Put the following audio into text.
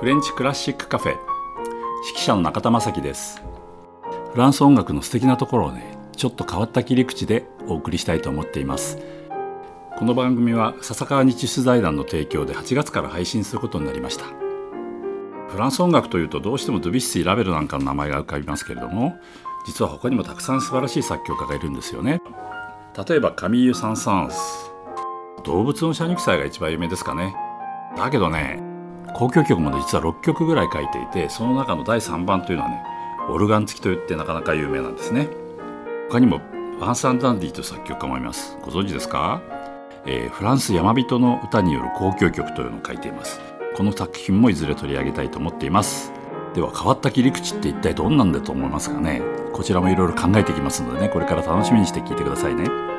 フレンチクラシックカフェ指揮者の中田正樹です。フランス音楽の素敵なところをね、ちょっと変わった切り口でお送りしたいと思っています。この番組は笹川日出財団の提供で8月から配信することになりました。フランス音楽というとどうしてもドゥビュッシー、ラヴェルなんかの名前が浮かびますけれども、実は他にもたくさん素晴らしい作曲家がいるんですよね。例えばカミーユ・サン・サーンス、動物の謝肉祭が一番有名ですかね。だけどね、交響曲も実は6曲ぐらい書いていて、その中の第3番というのはね、オルガン付きといってなかなか有名なんですね。他にもヴァンサン・ダンディという作曲家もいます。ご存知ですか？フランス山人の歌による交響曲というのを書いています。この作品もいずれ取り上げたいと思っています。では変わった切り口って一体どんなんだと思いますかね。こちらもいろいろ考えていきますのでね、これから楽しみにして聞いてくださいね。